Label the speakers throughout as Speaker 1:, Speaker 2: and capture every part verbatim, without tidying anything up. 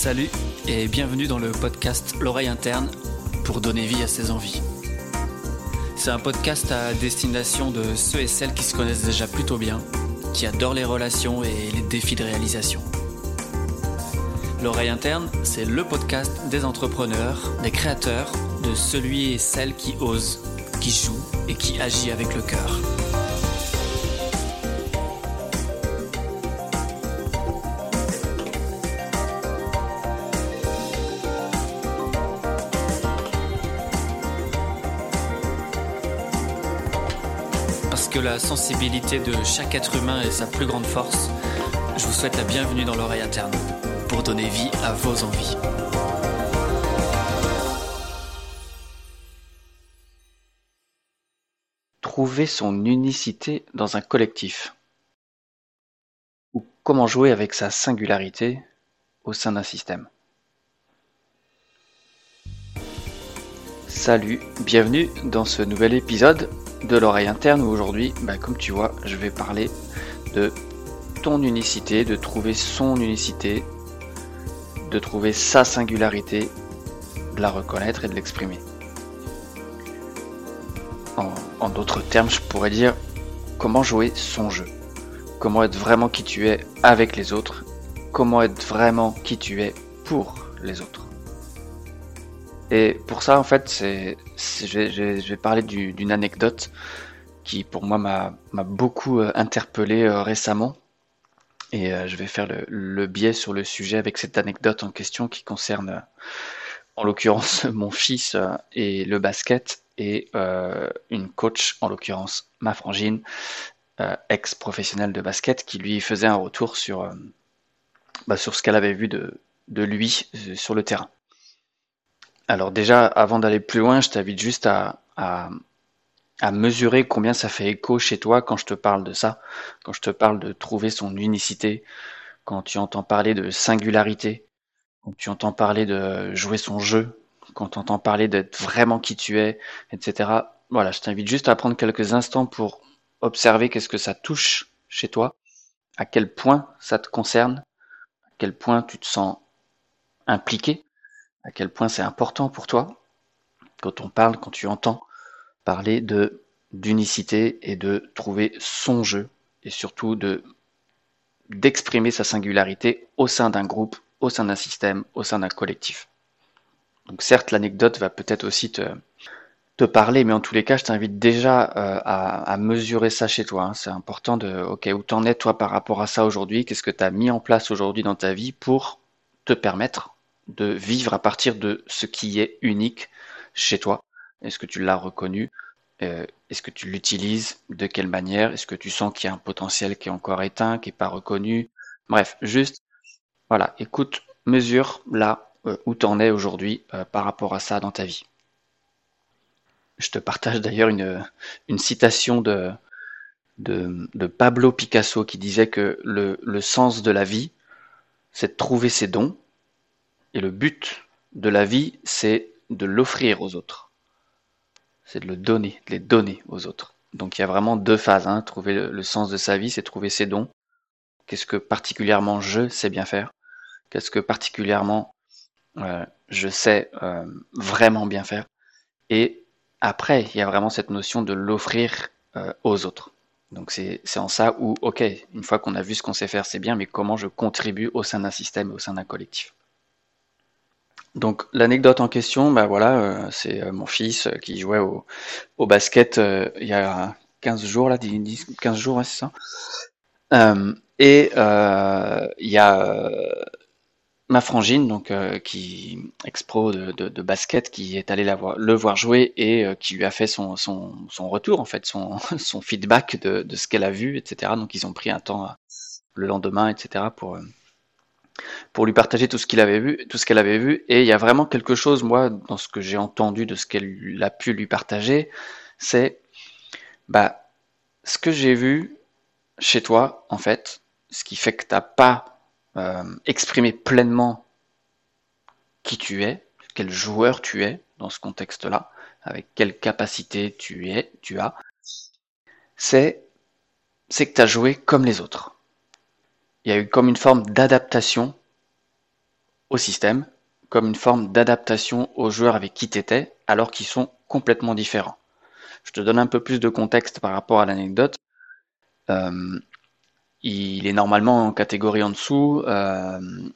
Speaker 1: Salut et bienvenue dans le podcast L'oreille interne pour donner vie à ses envies. C'est un podcast à destination de ceux et celles qui se connaissent déjà plutôt bien, qui adorent les relations et les défis de réalisation. L'oreille interne, c'est le podcast des entrepreneurs, des créateurs, de celui et celle qui ose, qui joue et qui agit avec le cœur. Parce que la sensibilité de chaque être humain est sa plus grande force, je vous souhaite la bienvenue dans l'oreille interne pour donner vie à vos envies.
Speaker 2: Trouver son unicité dans un collectif. Ou comment jouer avec sa singularité au sein d'un système. Salut, bienvenue dans ce nouvel épisode de l'oreille interne où aujourd'hui, bah, comme tu vois, je vais parler de ton unicité, de trouver son unicité, de trouver sa singularité, de la reconnaître et de l'exprimer. En, en d'autres termes, je pourrais dire comment jouer son jeu, comment être vraiment qui tu es avec les autres, comment être vraiment qui tu es pour les autres. Et pour ça, en fait, c'est, c'est je, vais, je vais parler du, d'une anecdote qui, pour moi, m'a, m'a beaucoup interpellé euh, récemment. Et euh, je vais faire le, le biais sur le sujet avec cette anecdote en question qui concerne, euh, en l'occurrence, mon fils euh, et le basket et euh, une coach, en l'occurrence ma frangine, euh, ex-professionnelle de basket, qui lui faisait un retour sur, euh, bah, sur ce qu'elle avait vu de, de lui euh, sur le terrain. Alors déjà, avant d'aller plus loin, je t'invite juste à, à, à mesurer combien ça fait écho chez toi quand je te parle de ça, quand je te parle de trouver son unicité, quand tu entends parler de singularité, quand tu entends parler de jouer son jeu, quand tu entends parler d'être vraiment qui tu es, et cetera. Voilà, je t'invite juste à prendre quelques instants pour observer qu'est-ce que ça touche chez toi, à quel point ça te concerne, à quel point tu te sens impliqué, à quel point c'est important pour toi, quand on parle, quand tu entends parler de d'unicité et de trouver son jeu, et surtout de d'exprimer sa singularité au sein d'un groupe, au sein d'un système, au sein d'un collectif. Donc certes, l'anecdote va peut-être aussi te, te parler, mais en tous les cas, je t'invite déjà euh, à, à mesurer ça chez toi. Hein. C'est important de, ok, où t'en es toi par rapport à ça aujourd'hui? Qu'est-ce que tu as mis en place aujourd'hui dans ta vie pour te permettre de vivre à partir de ce qui est unique chez toi? Est-ce que tu l'as reconnu? Euh, est-ce que tu l'utilises? De quelle manière? Est-ce que tu sens qu'il y a un potentiel qui est encore éteint, qui n'est pas reconnu? Bref, juste, voilà, écoute, mesure là euh, où tu en es aujourd'hui euh, par rapport à ça dans ta vie. Je te partage d'ailleurs une, une citation de, de, de Pablo Picasso qui disait que le, le sens de la vie, c'est de trouver ses dons, et le but de la vie, c'est de l'offrir aux autres. C'est de le donner, de les donner aux autres. Donc il y a vraiment deux phases. Hein. Trouver le, le sens de sa vie, c'est trouver ses dons. Qu'est-ce que particulièrement je sais bien faire? Qu'est-ce que particulièrement euh, je sais euh, vraiment bien faire? Et après, il y a vraiment cette notion de l'offrir euh, aux autres. Donc c'est, c'est en ça où, ok, une fois qu'on a vu ce qu'on sait faire, c'est bien, mais comment je contribue au sein d'un système, au sein d'un collectif? Donc l'anecdote en question, bah voilà, euh, c'est euh, mon fils euh, qui jouait au, au basket euh, il y a quinze jours, là, dix, quinze jours, ouais, c'est ça. Euh, et euh, il y a euh, ma frangine, donc euh, qui ex-pro de, de, de basket, qui est allée la voir, le voir jouer et euh, qui lui a fait son, son, son retour, en fait, son, son feedback de, de ce qu'elle a vu, et cetera. Donc ils ont pris un temps euh, le lendemain, et cetera pour... Euh, pour lui partager tout ce qu'il avait vu, tout ce qu'elle avait vu. Et il y a vraiment quelque chose, moi, dans ce que j'ai entendu de ce qu'elle a pu lui partager, c'est bah ce que j'ai vu chez toi, en fait, ce qui fait que t'as pas euh, exprimé pleinement qui tu es, quel joueur tu es dans ce contexte-là, avec quelle capacité tu es, tu as, c'est c'est que tu as joué comme les autres. Il y a eu comme une forme d'adaptation au système comme une forme d'adaptation aux joueurs avec qui tu étais, alors qu'ils sont complètement différents. Je te donne un peu plus de contexte par rapport à l'anecdote. Euh, il est normalement en catégorie en dessous euh,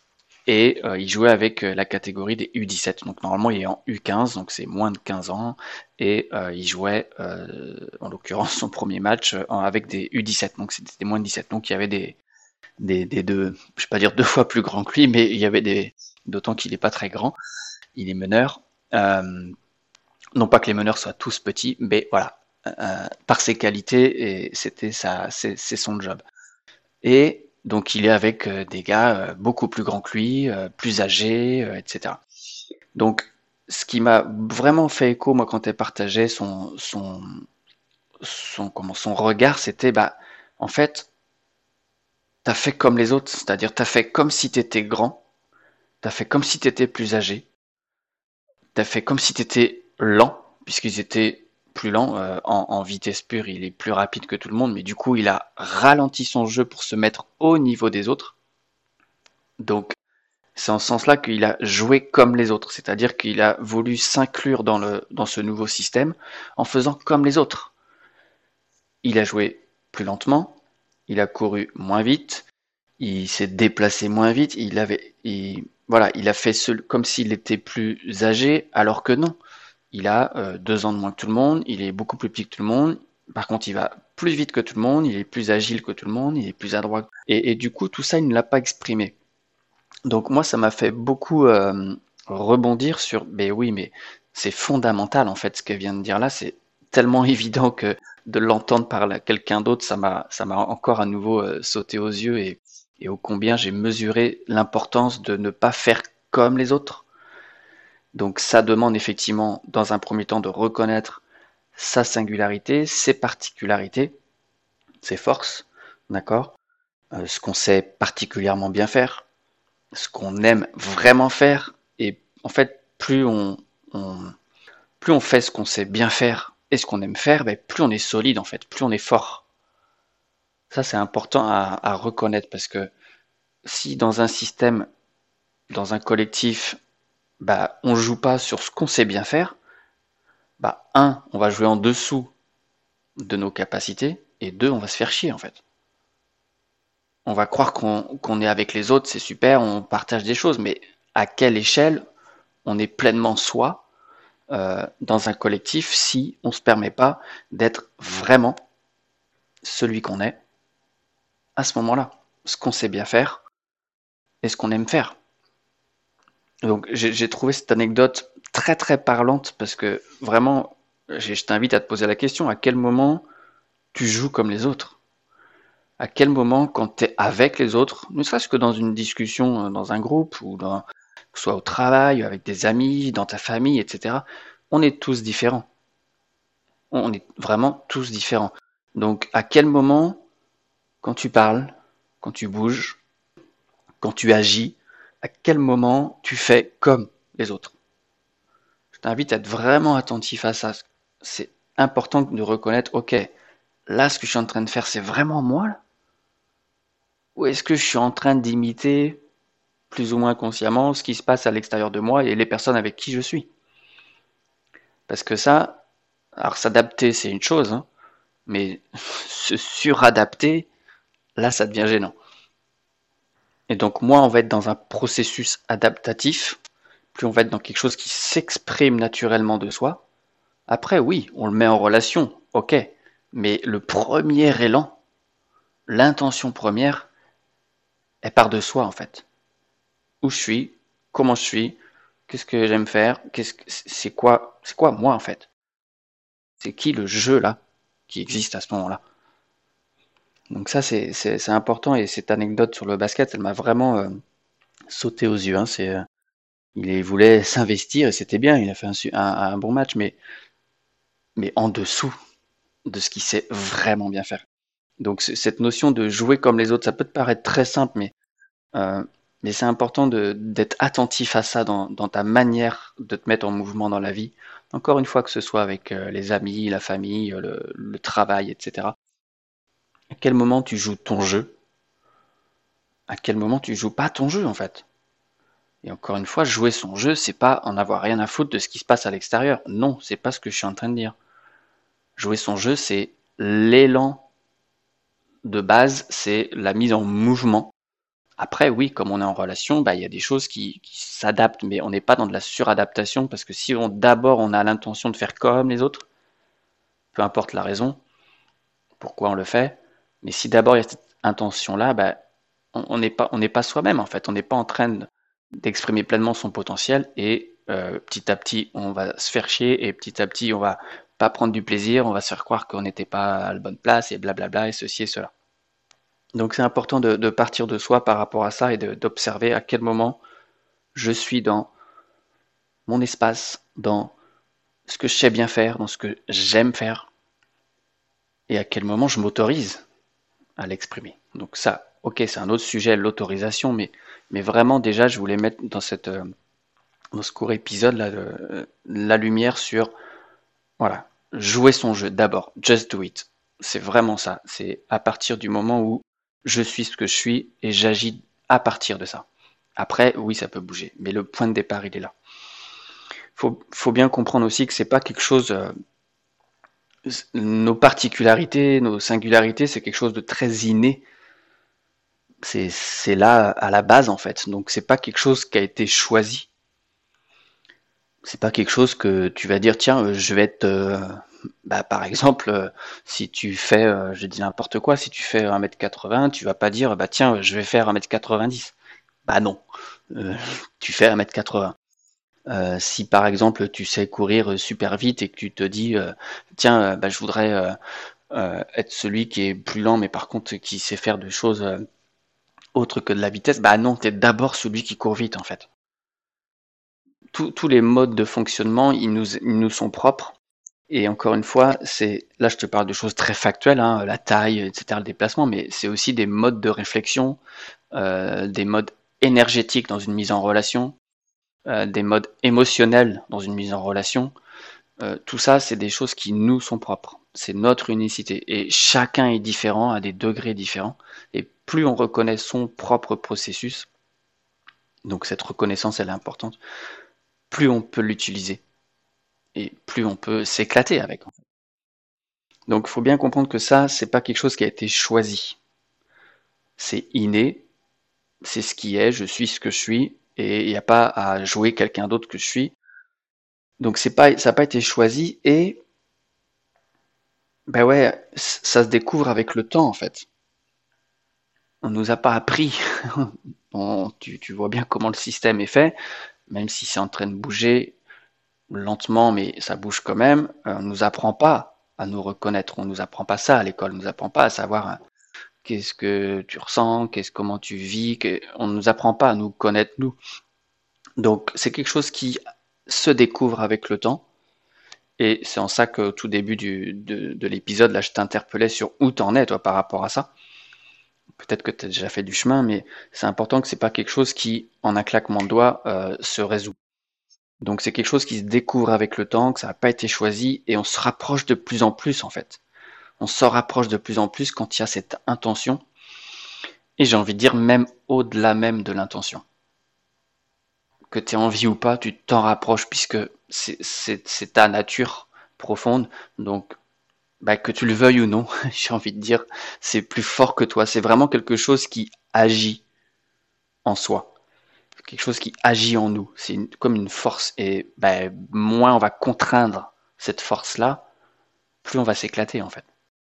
Speaker 2: et euh, il jouait avec la catégorie des U dix-sept. Donc normalement il est en U quinze, donc c'est moins de quinze ans, et euh, il jouait euh, en l'occurrence son premier match euh, avec des U dix-sept, donc c'était des moins de dix-sept. Donc il y avait des, des, des deux, je vais pas dire deux fois plus grand que lui, mais il y avait des, d'autant qu'il n'est pas très grand, il est meneur. Euh, non pas que les meneurs soient tous petits, mais voilà, euh, par ses qualités, et c'était ça, c'est, c'est son job. Et donc il est avec euh, des gars euh, beaucoup plus grands que lui, euh, plus âgés, euh, et cetera. Donc ce qui m'a vraiment fait écho, moi, quand elle partageait son, son, son, comment, son regard, c'était, bah, en fait, t'as fait comme les autres, c'est-à-dire t'as fait comme si t'étais grand, t'as fait comme si t'étais plus âgé, t'as fait comme si t'étais lent, puisqu'ils étaient plus lents, euh, en, en vitesse pure, il est plus rapide que tout le monde, mais du coup, il a ralenti son jeu pour se mettre au niveau des autres. Donc, c'est en ce sens-là qu'il a joué comme les autres, c'est-à-dire qu'il a voulu s'inclure dans, le, dans ce nouveau système en faisant comme les autres. Il a joué plus lentement, il a couru moins vite, il s'est déplacé moins vite, il avait, il, voilà, il a fait ce, comme s'il était plus âgé, alors que non. Il a euh, deux ans de moins que tout le monde, il est beaucoup plus petit que tout le monde. Par contre, il va plus vite que tout le monde, il est plus agile que tout le monde, il est plus adroit. Et, et du coup, tout ça, il ne l'a pas exprimé. Donc moi, ça m'a fait beaucoup euh, rebondir sur, ben oui, mais c'est fondamental en fait ce qu'elle vient de dire là. C'est tellement évident que de l'entendre par la- quelqu'un d'autre, ça m'a, ça m'a encore à nouveau euh, sauté aux yeux, et, et ô combien j'ai mesuré l'importance de ne pas faire comme les autres. Donc ça demande effectivement, dans un premier temps, de reconnaître sa singularité, ses particularités, ses forces, d'accord, euh, ce qu'on sait particulièrement bien faire, ce qu'on aime vraiment faire. Et en fait, plus on, on- plus on fait ce qu'on sait bien faire et ce qu'on aime faire, ben, plus on est solide en fait, plus on est fort. Ça, c'est important à, à reconnaître, parce que si dans un système, dans un collectif, bah, on joue pas sur ce qu'on sait bien faire, bah, un, on va jouer en dessous de nos capacités, et deux, on va se faire chier en fait. On va croire qu'on qu'on est avec les autres, c'est super, on partage des choses, mais à quelle échelle on est pleinement soi euh, dans un collectif si on ne se permet pas d'être vraiment celui qu'on est à ce moment-là, ce qu'on sait bien faire et ce qu'on aime faire. Donc j'ai j'ai trouvé cette anecdote très très parlante, parce que vraiment, je t'invite à te poser la question, à quel moment tu joues comme les autres? À quel moment, quand tu es avec les autres, ne serait-ce que dans une discussion, euh, dans un groupe, ou dans, que ce soit au travail, avec des amis, dans ta famille, et cetera, on est tous différents. On est vraiment tous différents. Donc à quel moment, quand tu parles, quand tu bouges, quand tu agis, à quel moment tu fais comme les autres? Je t'invite à être vraiment attentif à ça. C'est important de reconnaître, ok, là ce que je suis en train de faire, c'est vraiment moi là? Ou est-ce que je suis en train d'imiter plus ou moins consciemment ce qui se passe à l'extérieur de moi et les personnes avec qui je suis? Parce que ça, alors s'adapter c'est une chose, hein, mais se suradapter, là ça devient gênant. Et donc moins on va être dans un processus adaptatif, plus on va être dans quelque chose qui s'exprime naturellement de soi. Après oui, on le met en relation, ok, mais le premier élan, l'intention première, elle part de soi en fait. Où je suis, comment je suis, qu'est-ce que j'aime faire, qu'est-ce que c'est quoi, c'est quoi moi en fait? C'est qui le jeu là qui existe à ce moment-là? Donc ça c'est, c'est, c'est important, et cette anecdote sur le basket, elle m'a vraiment euh, sauté aux yeux. Hein. C'est, euh, il voulait s'investir et c'était bien, il a fait un, un, un bon match, mais, mais en dessous de ce qu'il sait vraiment bien faire. Donc cette notion de jouer comme les autres, ça peut te paraître très simple, mais euh, mais c'est important de, d'être attentif à ça dans, dans ta manière de te mettre en mouvement dans la vie. Encore une fois, que ce soit avec euh, les amis, la famille, le, le travail, et cetera. À quel moment tu joues ton jeu? À quel moment tu joues pas ton jeu en fait? Et encore une fois, jouer son jeu, c'est pas en avoir rien à foutre de ce qui se passe à l'extérieur. Non, c'est pas ce que je suis en train de dire. Jouer son jeu, c'est l'élan de base, c'est la mise en mouvement. Après, oui, comme on est en relation, bah, il y a des choses qui, qui s'adaptent, mais on n'est pas dans de la suradaptation, parce que si on d'abord on a l'intention de faire comme les autres, peu importe la raison, pourquoi on le fait, mais si d'abord il y a cette intention-là, bah, on n'est pas, on n'est pas soi-même en fait, on n'est pas en train de, d'exprimer pleinement son potentiel, et euh, petit à petit on va se faire chier, et petit à petit on va pas prendre du plaisir, on va se faire croire qu'on n'était pas à la bonne place, et blablabla, et ceci et cela. Donc c'est important de, de partir de soi par rapport à ça et de, d'observer à quel moment je suis dans mon espace, dans ce que je sais bien faire, dans ce que j'aime faire, et à quel moment je m'autorise à l'exprimer. Donc ça, ok, c'est un autre sujet, l'autorisation, mais, mais vraiment déjà, je voulais mettre dans, cette, euh, dans ce court épisode là, le, la lumière sur, voilà, jouer son jeu d'abord, just do it. C'est vraiment ça, c'est à partir du moment où je suis ce que je suis et j'agis à partir de ça. Après, oui, ça peut bouger, mais le point de départ, il est là. Faut, faut bien comprendre aussi que c'est pas quelque chose... Euh, nos particularités, nos singularités, c'est quelque chose de très inné. C'est, c'est là à la base, en fait. Donc, c'est pas quelque chose qui a été choisi. C'est pas quelque chose que tu vas dire, tiens, je vais être... Euh, bah, par exemple, euh, si tu fais, euh, je dis n'importe quoi, si tu fais un mètre quatre-vingts, tu vas pas dire, bah tiens, je vais faire un mètre quatre-vingt-dix. Bah non, euh, tu fais un mètre quatre-vingts. Euh, si par exemple tu sais courir super vite et que tu te dis euh, tiens euh, bah, je voudrais euh, euh, être celui qui est plus lent mais par contre qui sait faire des choses euh, autres que de la vitesse, bah non, t'es d'abord celui qui court vite en fait. Tous, tous les modes de fonctionnement ils nous, ils nous sont propres, et encore une fois c'est là je te parle de choses très factuelles, hein, la taille, etc., le déplacement, mais c'est aussi des modes de réflexion, euh, des modes énergétiques dans une mise en relation, euh, des modes émotionnels dans une mise en relation. Euh, tout ça, c'est des choses qui nous sont propres. C'est notre unicité. Et chacun est différent à des degrés différents. Et plus on reconnaît son propre processus, donc cette reconnaissance, elle est importante, plus on peut l'utiliser. Et plus on peut s'éclater avec. En fait. Donc il faut bien comprendre que ça, c'est pas quelque chose qui a été choisi. C'est inné, c'est ce qui est, je suis ce que je suis, et il n'y a pas à jouer quelqu'un d'autre que je suis. Donc c'est pas, ça n'a pas été choisi, et ben ouais, ça se découvre avec le temps en fait. On nous a pas appris. On, tu, tu vois bien comment le système est fait, même si c'est en train de bouger lentement, mais ça bouge quand même. Euh, on nous apprend pas à nous reconnaître. On nous apprend pas ça à l'école. On nous apprend pas à savoir hein, qu'est-ce que tu ressens, qu'est-ce comment tu vis. Que, on nous apprend pas à nous connaître nous. Donc c'est quelque chose qui se découvre avec le temps. Et c'est en ça qu'au tout début du, de, de l'épisode, là, je t'interpellais sur où t'en es, toi, par rapport à ça. Peut-être que tu as déjà fait du chemin, mais c'est important que c'est pas quelque chose qui, en un claquement de doigts, euh, se résout. Donc c'est quelque chose qui se découvre avec le temps, que ça n'a pas été choisi, et on se rapproche de plus en plus, en fait. On s'en rapproche de plus en plus quand il y a cette intention, et j'ai envie de dire même au-delà même de l'intention. Que tu aies envie ou pas, tu t'en rapproches, puisque c'est, c'est, c'est ta nature profonde, donc bah, que tu le veuilles ou non, j'ai envie de dire, c'est plus fort que toi. C'est vraiment quelque chose qui agit en soi. Quelque chose qui agit en nous. C'est une, comme une force. Et bah, moins on va contraindre cette force-là, plus on va s'éclater en fait.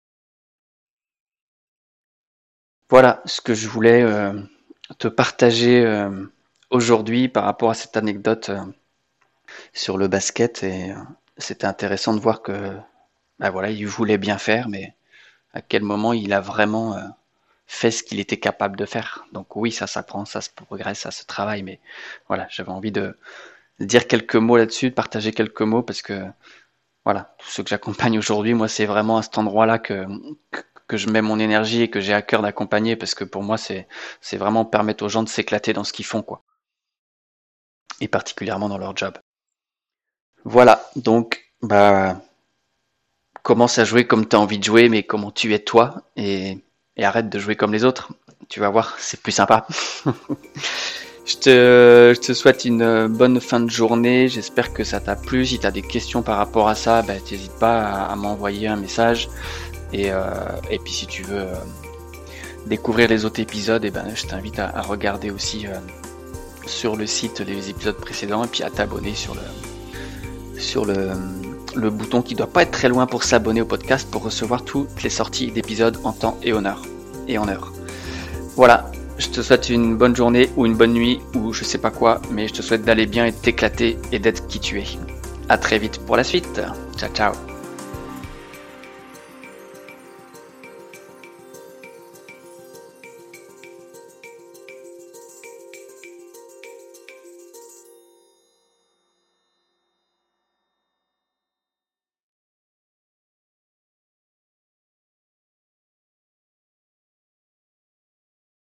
Speaker 2: Voilà ce que je voulais euh, te partager euh, aujourd'hui par rapport à cette anecdote euh, sur le basket. Et euh, c'était intéressant de voir que bah, voilà, il voulait bien faire, mais à quel moment il a vraiment euh, fait ce qu'il était capable de faire. Donc oui, ça s'apprend, ça se progresse, ça se travaille, mais voilà, j'avais envie de dire quelques mots là-dessus, de partager quelques mots, parce que voilà, tous ceux que j'accompagne aujourd'hui, moi c'est vraiment à cet endroit-là que, que, que je mets mon énergie et que j'ai à cœur d'accompagner, parce que pour moi c'est, c'est vraiment permettre aux gens de s'éclater dans ce qu'ils font, quoi. Et particulièrement dans leur job. Voilà, donc bah commence à jouer comme tu as envie de jouer, mais comment tu es toi, et, et arrête de jouer comme les autres. Tu vas voir, c'est plus sympa. Je te, je te souhaite une bonne fin de journée. J'espère que ça t'a plu. Si tu as des questions par rapport à ça, bah, n'hésite pas à, à m'envoyer un message. Et, euh, et puis si tu veux euh, découvrir les autres épisodes, et ben, je t'invite à, à regarder aussi euh, sur le site les épisodes précédents et puis à t'abonner sur le, sur le, le bouton qui doit pas être très loin pour s'abonner au podcast pour recevoir toutes les sorties d'épisodes en temps et en heure. Et en heure. Voilà. Je te souhaite une bonne journée ou une bonne nuit ou je sais pas quoi, mais je te souhaite d'aller bien et de t'éclater et d'être qui tu es. À très vite pour la suite. Ciao ciao.